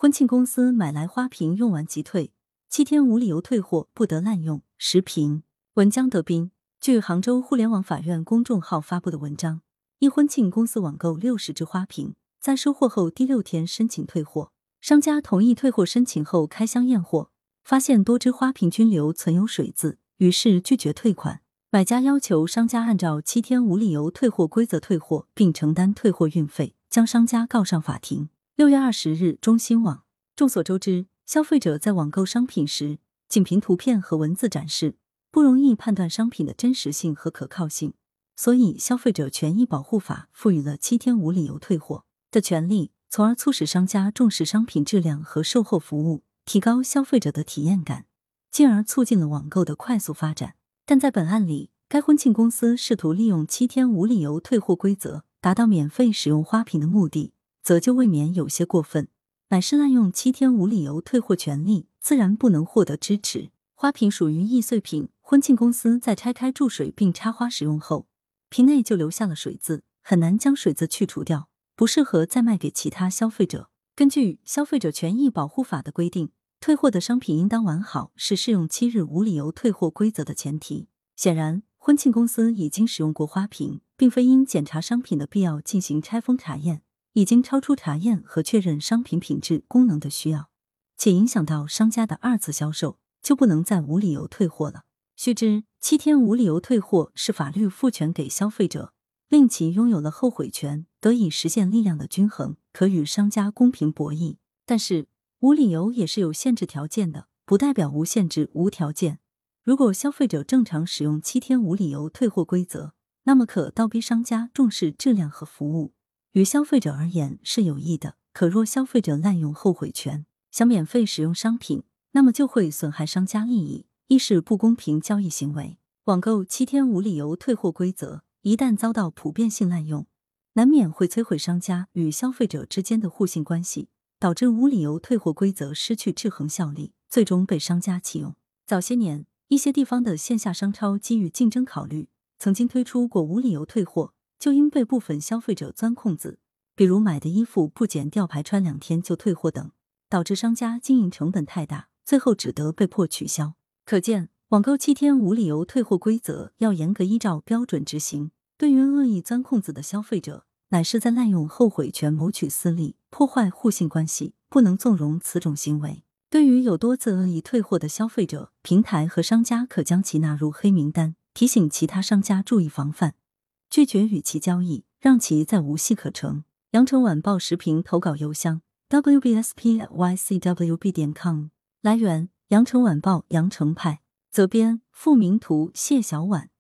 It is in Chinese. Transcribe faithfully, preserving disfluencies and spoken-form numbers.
婚庆公司买来花瓶用完即退，七天无理由退货，不得滥用。时评文江德斌。据杭州互联网法院公众号发布的文章，一婚庆公司网购六十只花瓶，在收货后第六天申请退货，商家同意退货申请后开箱验货，发现多只花瓶均留存有水渍，于是拒绝退款。买家要求商家按照七天无理由退货规则退货，并承担退货运费，将商家告上法庭。六月二十日，中新网。众所周知，消费者在网购商品时，仅凭图片和文字展示，不容易判断商品的真实性和可靠性，所以消费者权益保护法赋予了七天无理由退货的权利，从而促使商家重视商品质量和售后服务，提高消费者的体验感，进而促进了网购的快速发展。但在本案里，该婚庆公司试图利用七天无理由退货规则达到免费使用花瓶的目的，则就未免有些过分，乃是滥用七天无理由退货权利，自然不能获得支持。花瓶属于易碎品，婚庆公司在拆开注水并插花使用后，瓶内就留下了水渍，很难将水渍去除掉，不适合再卖给其他消费者。根据《消费者权益保护法》的规定，退货的商品应当完好，是适用七日无理由退货规则的前提。显然，婚庆公司已经使用过花瓶，并非因检查商品的必要进行拆封查验，已经超出查验和确认商品品质功能的需要，且影响到商家的二次销售，就不能再无理由退货了。须知，七天无理由退货是法律赋权给消费者，令其拥有了后悔权，得以实现力量的均衡，可与商家公平博弈。但是，无理由也是有限制条件的，不代表无限制、无条件。如果消费者正常使用七天无理由退货规则，那么可倒逼商家重视质量和服务，于消费者而言是有益的。可若消费者滥用后悔权，想免费使用商品，那么就会损害商家利益，亦是不公平交易行为。网购七天无理由退货规则一旦遭到普遍性滥用，难免会摧毁商家与消费者之间的互信关系，导致无理由退货规则失去制衡效力，最终被商家弃用。早些年，一些地方的线下商超基于竞争考虑，曾经推出过无理由退货，就因被部分消费者钻空子，比如买的衣服不剪吊牌穿两天就退货等，导致商家经营成本太大，最后只得被迫取消。可见，网购七天无理由退货规则要严格依照标准执行。对于恶意钻空子的消费者，乃是在滥用后悔权谋取私利，破坏互信关系，不能纵容此种行为。对于有多次恶意退货的消费者，平台和商家可将其纳入黑名单，提醒其他商家注意防范，拒绝与其交易，让其再无戏可乘。羊城晚报时评投稿邮箱 w b s p at y c w b 点 com。 来源：羊城晚报羊城派。责编：付明图，谢小婉。